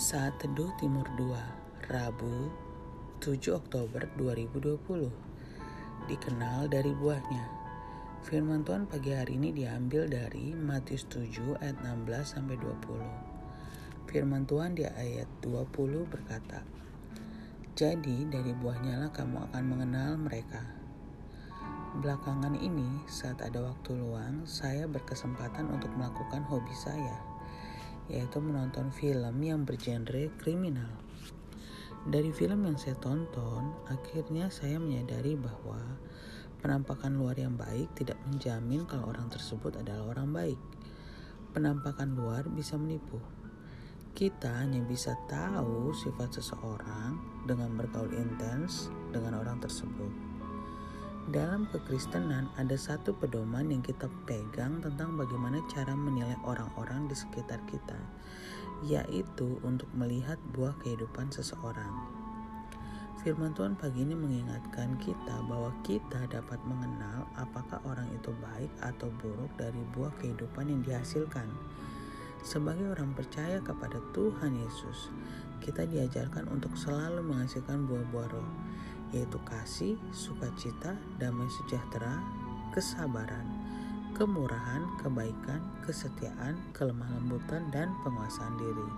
Saat Teduh Timur 2, Rabu, 7 Oktober 2020. Dikenal dari buahnya. Firman Tuhan pagi hari ini diambil dari Matius 7 ayat 16-20. Firman Tuhan di ayat 20 berkata, "Jadi dari buahnya lah kamu akan mengenal mereka." Belakangan ini, saat ada waktu luang, saya berkesempatan untuk melakukan hobi saya, yaitu menonton film yang bergenre kriminal. Dari film yang saya tonton, akhirnya saya menyadari bahwa penampakan luar yang baik tidak menjamin kalau orang tersebut adalah orang baik. Penampakan luar bisa menipu. Kita hanya bisa tahu sifat seseorang dengan bergaul intens dengan orang tersebut. Dalam kekristenan ada satu pedoman yang kita pegang tentang bagaimana cara menilai orang-orang di sekitar kita, yaitu untuk melihat buah kehidupan seseorang. Firman Tuhan pagi ini mengingatkan kita bahwa kita dapat mengenal apakah orang itu baik atau buruk dari buah kehidupan yang dihasilkan. Sebagai orang percaya kepada Tuhan Yesus, kita diajarkan untuk selalu menghasilkan buah-buah roh, yaitu kasih, sukacita, damai sejahtera, kesabaran, kemurahan, kebaikan, kesetiaan, kelemah lembutan, dan penguasaan diri.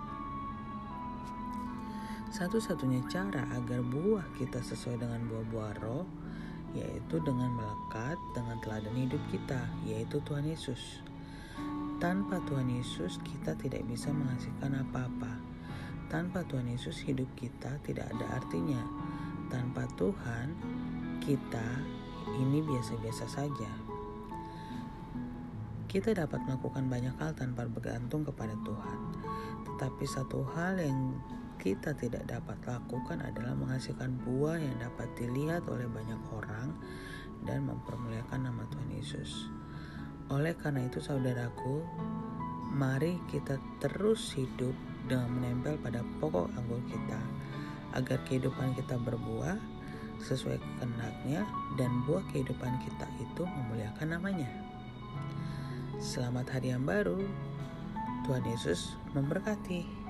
Satu-satunya cara agar buah kita sesuai dengan buah-buah roh, yaitu dengan melekat dengan teladan hidup kita, yaitu Tuhan Yesus. Tanpa Tuhan Yesus, kita tidak bisa menghasilkan apa-apa. Tanpa Tuhan Yesus, hidup kita tidak ada artinya. Tanpa Tuhan, kita ini biasa-biasa saja. Kita dapat melakukan banyak hal tanpa bergantung kepada Tuhan. Tetapi satu hal yang kita tidak dapat lakukan adalah menghasilkan buah yang dapat dilihat oleh banyak orang dan mempermuliakan nama Tuhan Yesus. Oleh karena itu saudaraku, mari kita terus hidup dengan menempel pada pokok anggur kita, agar kehidupan kita berbuah sesuai kehendaknya dan buah kehidupan kita itu memuliakan namanya. Selamat hari yang baru. Tuhan Yesus memberkati.